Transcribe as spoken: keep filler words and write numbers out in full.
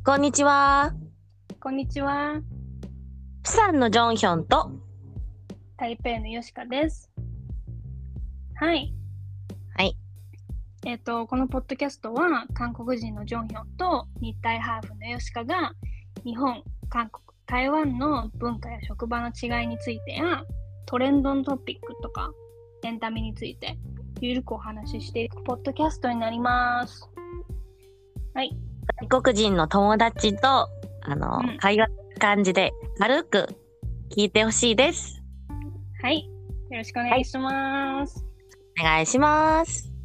こんにちは。 こんにちは。 プサンのジョンヒョンと台北のヨシカです。はい。 はい。 えっ、と、このポッドキャストは韓国人のジョンヒョンと日体ハーフのヨシカが日本、韓国、台湾の文化や職場の違いについてやトレンドのトピックとかエンタメについてゆるくお話ししていくポッドキャストになります。はい。 外国人の友達とあの、うん、会話の感じで軽く聞いてほしいです。 はい。よろしくお願いします。 はい、お願いします。